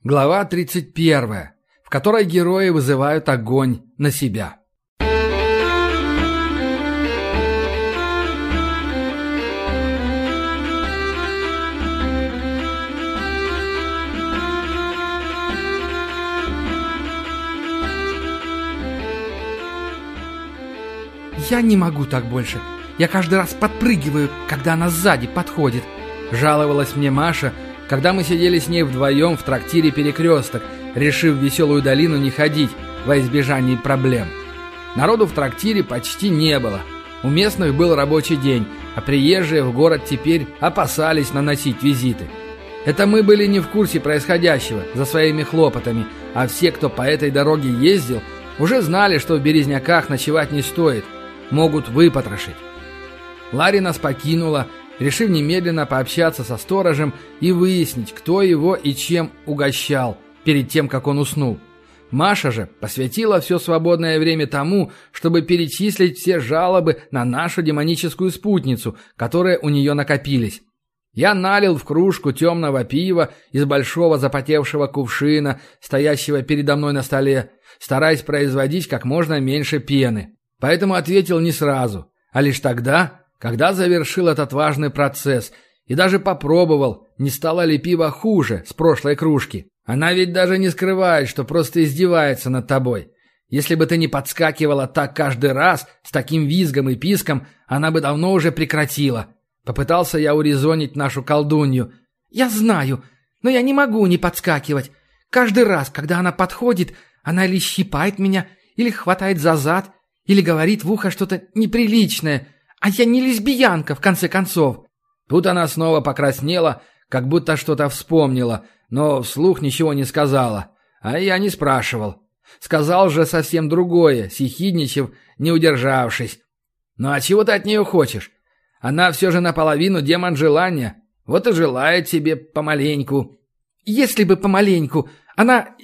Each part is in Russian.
Глава 31, в которой герои вызывают огонь на себя. «Я не могу так больше. Я каждый раз подпрыгиваю, когда она сзади подходит», — жаловалась мне Маша, когда мы сидели с ней вдвоем в трактире «Перекресток», решив в Веселую долину не ходить во избежание проблем. Народу в трактире почти не было. У местных был рабочий день, а приезжие в город теперь опасались наносить визиты. Это мы были не в курсе происходящего за своими хлопотами, а все, кто по этой дороге ездил, уже знали, что в Березняках ночевать не стоит, могут выпотрошить. Ларри нас покинула, решив немедленно пообщаться со сторожем и выяснить, кто его и чем угощал перед тем, как он уснул. Маша же посвятила все свободное время тому, чтобы перечислить все жалобы на нашу демоническую спутницу, которые у нее накопились. Я налил в кружку темного пива из большого запотевшего кувшина, стоящего передо мной на столе, стараясь производить как можно меньше пены. Поэтому ответил не сразу, а лишь тогда, когда завершил этот важный процесс и даже попробовал, не стало ли пиво хуже с прошлой кружки. Она ведь даже не скрывает, что просто издевается над тобой. Если бы ты не подскакивала так каждый раз, с таким визгом и писком, она бы давно уже прекратила. Попытался я урезонить нашу колдунью. «Я знаю, но я не могу не подскакивать. Каждый раз, когда она подходит, она или щипает меня, или хватает за зад, или говорит в ухо что-то неприличное. А я не лесбиянка, в конце концов». Тут она снова покраснела, как будто что-то вспомнила, но вслух ничего не сказала. А я не спрашивал. Сказал же совсем другое, съехидничав, не удержавшись. «Ну а чего ты от нее хочешь? Она все же наполовину демон желания. Вот и желает тебе помаленьку». «Если бы помаленьку. Она...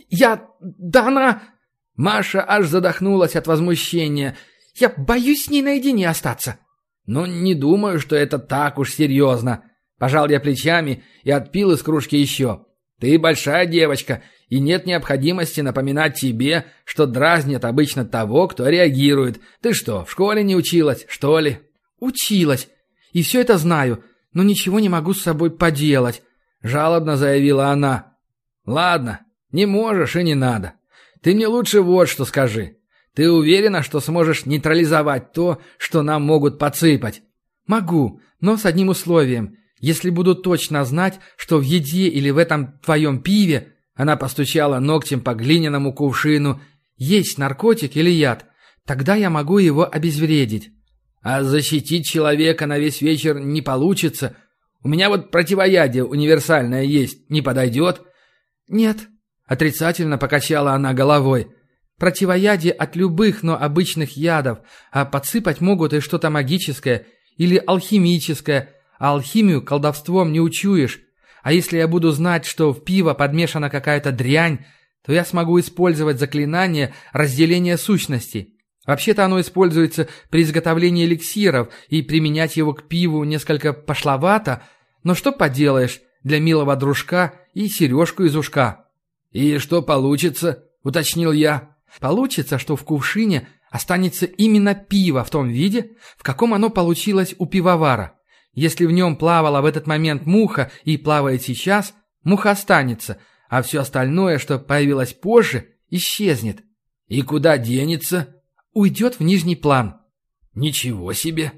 она...» Маша аж задохнулась от возмущения. «Я боюсь с ней наедине остаться». «Ну, не думаю, что это так уж серьезно». Пожал я плечами и отпил из кружки еще. «Ты большая девочка, и нет необходимости напоминать тебе, что дразнят обычно того, кто реагирует. Ты что, в школе не училась, что ли?» «Училась. И все это знаю, но ничего не могу с собой поделать», — жалобно заявила она. «Ладно, не можешь и не надо. Ты мне лучше вот что скажи. Ты уверена, что сможешь нейтрализовать то, что нам могут подсыпать?» «Могу, но с одним условием. Если буду точно знать, что в еде или в этом твоем пиве, она постучала ногтем по глиняному кувшину, есть наркотик или яд, тогда я могу его обезвредить». «А защитить человека на весь вечер не получится. У меня вот противоядие универсальное есть. Не подойдет?» «Нет», — отрицательно покачала она головой. «Противоядие от любых, но обычных ядов, а подсыпать могут и что-то магическое или алхимическое, а алхимию колдовством не учуешь. А если я буду знать, что в пиво подмешана какая-то дрянь, то я смогу использовать заклинание разделения сущностей. Вообще-то оно используется при изготовлении эликсиров, и применять его к пиву несколько пошловато, но что поделаешь, для милого дружка и сережку из ушка». «И что получится?» — уточнил я. «Получится, что в кувшине останется именно пиво в том виде, в каком оно получилось у пивовара. Если в нем плавала в этот момент муха и плавает сейчас, муха останется, а все остальное, что появилось позже, исчезнет». «И куда денется?» «Уйдет в нижний план». «Ничего себе!»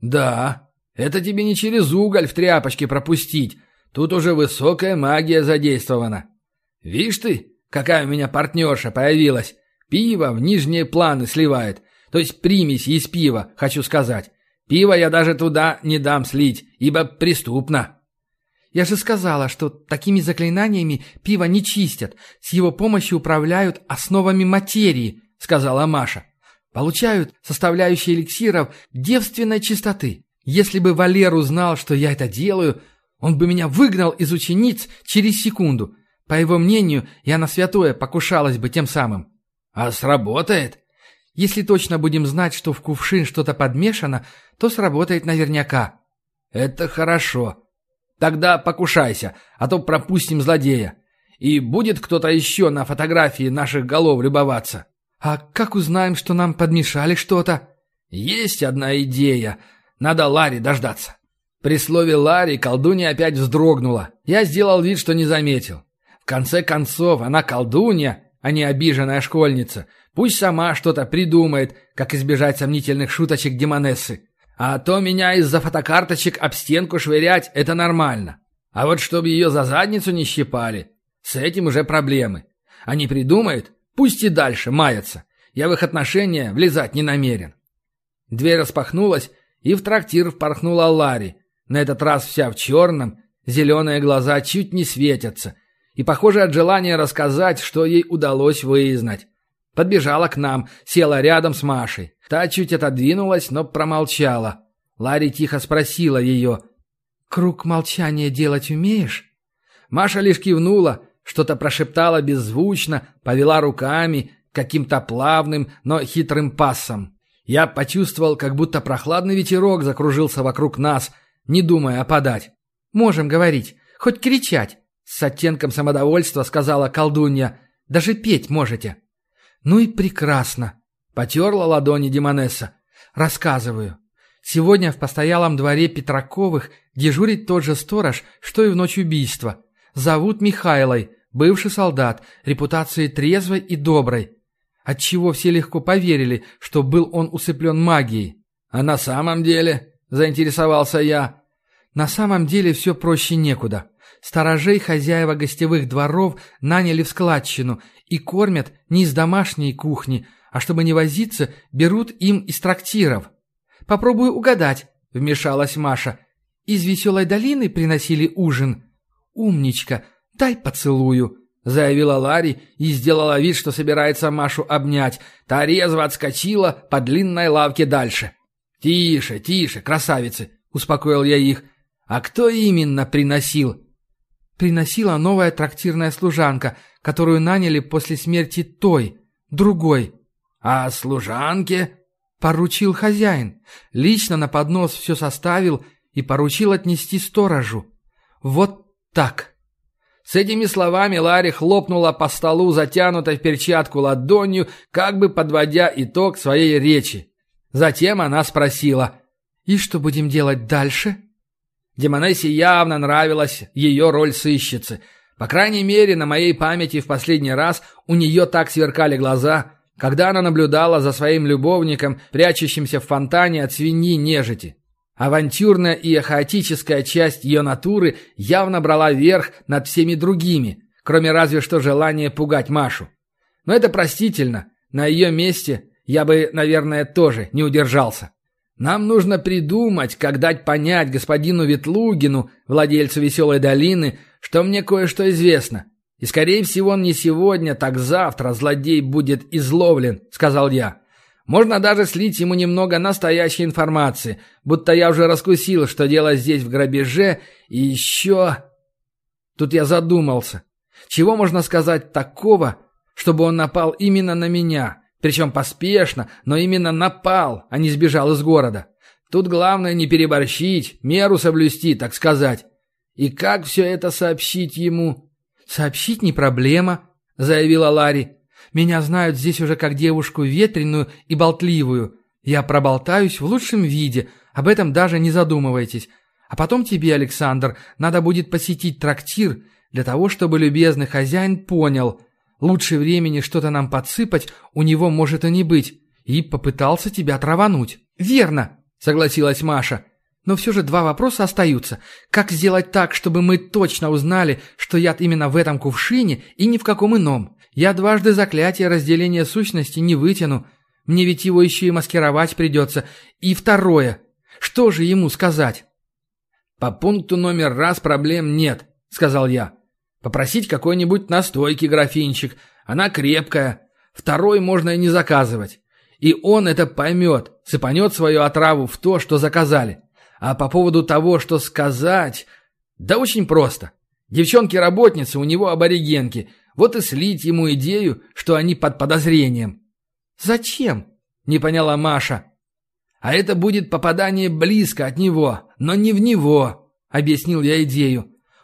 «Да, это тебе не через уголь в тряпочке пропустить. Тут уже высокая магия задействована. Вишь ты, какая у меня партнерша появилась. Пиво в нижние планы сливает. То есть примеси из пива, хочу сказать. Пиво я даже туда не дам слить, ибо преступно». «Я же сказала, что такими заклинаниями пиво не чистят. С его помощью управляют основами материи», — сказала Маша. «Получают составляющие эликсиров девственной чистоты. Если бы Валер узнал, что я это делаю, он бы меня выгнал из учениц через секунду. По его мнению, я на святое покушалась бы тем самым». «А сработает?» «Если точно будем знать, что в кувшин что-то подмешано, то сработает наверняка». «Это хорошо. Тогда покушайся, а то пропустим злодея. И будет кто-то еще на фотографии наших голов любоваться. А как узнаем, что нам подмешали что-то? Есть одна идея. Надо Ларри дождаться. При слове «Ларри» колдунья опять вздрогнула. Я сделал вид, что не заметил. В конце концов, она колдунья, а не обиженная школьница. Пусть сама что-то придумает, как избежать сомнительных шуточек демонессы. А то меня из-за фотокарточек об стенку швырять – это нормально. А вот чтобы ее за задницу не щипали, с этим уже проблемы. А не придумает, пусть и дальше маятся. Я в их отношения влезать не намерен. Дверь распахнулась, и в трактир впорхнула Ларри. На этот раз вся в черном, зеленые глаза чуть не светятся. И, похоже, от желания рассказать, что ей удалось вызнать. Подбежала к нам, села рядом с Машей. Та чуть отодвинулась, но промолчала. Ларри тихо спросила ее: «Круг молчания делать умеешь?» Маша лишь кивнула, что-то прошептала беззвучно, повела руками, каким-то плавным, но хитрым пассом. Я почувствовал, как будто прохладный ветерок закружился вокруг нас, не думая опадать. «Можем говорить, хоть кричать», — с оттенком самодовольства сказала колдунья. «Даже петь можете». «Ну и прекрасно», — потерла ладони демонесса. «Рассказываю. Сегодня в постоялом дворе Петраковых дежурит тот же сторож, что и в ночь убийства. Зовут Михайлой, бывший солдат, репутацией трезвой и доброй. Отчего все легко поверили, что был он усыплен магией. А на самом деле, заинтересовался я. На самом деле все проще некуда. Сторожей хозяева гостевых дворов наняли в складчину и кормят не из домашней кухни, а чтобы не возиться, берут им из трактиров. «Попробую угадать», — вмешалась Маша. «Из Веселой долины приносили ужин?» «Умничка, дай поцелую», — заявила Ларри и сделала вид, что собирается Машу обнять. Та резво отскочила по длинной лавке дальше. «Тише, тише, красавицы», — успокоил я их. «А кто именно приносил?» «Приносила новая трактирная служанка, которую наняли после смерти той, другой». «А служанке?» «Поручил хозяин. Лично на поднос все составил и поручил отнести сторожу. Вот так». С этими словами Ларри хлопнула по столу, затянутой в перчатку ладонью, как бы подводя итог своей речи. Затем она спросила: «И что будем делать дальше?» Демонессе явно нравилась ее роль сыщицы. По крайней мере, на моей памяти в последний раз у нее так сверкали глаза, когда она наблюдала за своим любовником, прячущимся в фонтане от свиньи-нежити. Авантюрная и хаотическая часть ее натуры явно брала верх над всеми другими, кроме разве что желания пугать Машу. Но это простительно. На ее месте я бы, наверное, тоже не удержался. Нам нужно придумать, как дать понять господину Ветлугину, владельцу Веселой долины, что мне кое-что известно. И, скорее всего, не сегодня, так завтра злодей будет изловлен, сказал я. Можно даже слить ему немного настоящей информации, будто я уже раскусил, что дело здесь в грабеже, и еще... Тут я задумался. Чего можно сказать такого, чтобы он напал именно на меня? Причем поспешно, но именно напал, а не сбежал из города. Тут главное не переборщить, меру соблюсти, так сказать. И как все это сообщить ему? «Сообщить не проблема», — заявила Ларри. «Меня знают здесь уже как девушку ветреную и болтливую. Я проболтаюсь в лучшем виде, об этом даже не задумывайтесь. А потом тебе, Александр, надо будет посетить трактир для того, чтобы любезный хозяин понял, лучше времени что-то нам подсыпать у него может и не быть, и попытался тебя травануть». «Верно», — согласилась Маша. «Но все же два вопроса остаются. Как сделать так, чтобы мы точно узнали, что яд именно в этом кувшине и ни в каком ином? Я дважды заклятие разделения сущности не вытяну. Мне ведь его еще и маскировать придется. И второе. Что же ему сказать?» «По пункту номер раз проблем нет», — сказал я. «Попросить какой-нибудь настойки графинчик. Она крепкая. Второй можно и не заказывать. И он это поймет, сыпанет свою отраву в то, что заказали. А по поводу того, что сказать... Да очень просто. Девчонки-работницы у него аборигенки. Вот и слить ему идею, что они под подозрением». «Зачем?» — не поняла Маша. «А это будет попадание близко от него, но не в него», — объяснил я идею.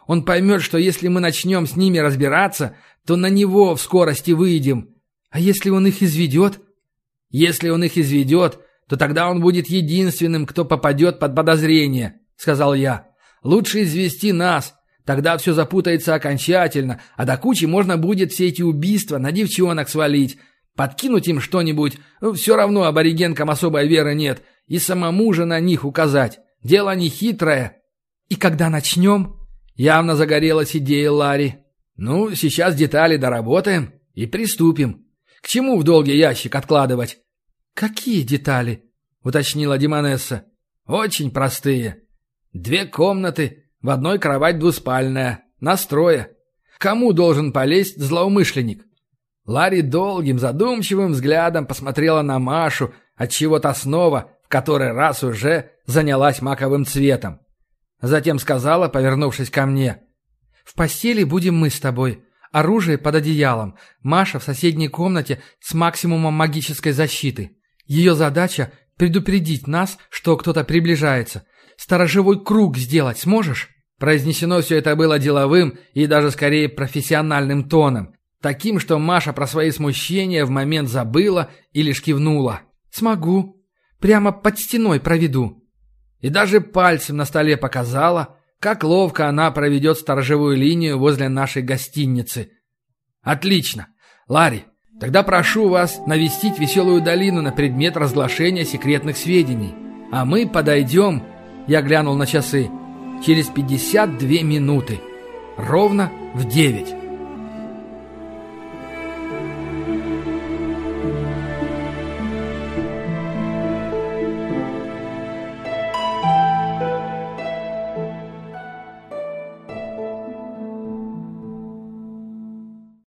Он поймет, что если мы начнем с ними разбираться, то на него в скорости выйдем. А если он их изведет? Если он их изведет, то тогда он будет единственным, кто попадет под подозрение, сказал я. Лучше извести нас, тогда все запутается окончательно, а до кучи можно будет все эти убийства на девчонок свалить, подкинуть им что-нибудь, все равно аборигенкам особой веры нет, и самому же на них указать. Дело не хитрое. И когда начнем? Явно загорелась идея Ларри. Ну, сейчас детали доработаем и приступим. К чему в долгий ящик откладывать? Какие детали? Уточнила Демонесса. Очень простые. 2 комнаты, в одной кровать двуспальная, нас 3. Кому должен полезть злоумышленник? Ларри долгим задумчивым взглядом посмотрела на Машу, отчего-то снова, в который раз уже, занялась маковым цветом. Затем сказала, повернувшись ко мне: «В постели будем мы с тобой. Оружие под одеялом. Маша в соседней комнате с максимумом магической защиты. Ее задача — предупредить нас, что кто-то приближается. Сторожевой круг сделать сможешь?» Произнесено все это было деловым и даже скорее профессиональным тоном. Таким, что Маша про свои смущения в момент забыла и лишь кивнула. «Смогу. Прямо под стеной проведу». И даже пальцем на столе показала, как ловко она проведет сторожевую линию возле нашей гостиницы. «Отлично. Ларри, тогда прошу вас навестить Веселую долину на предмет разглашения секретных сведений. А мы подойдем, я глянул на часы, через 52 минуты. Ровно в 9.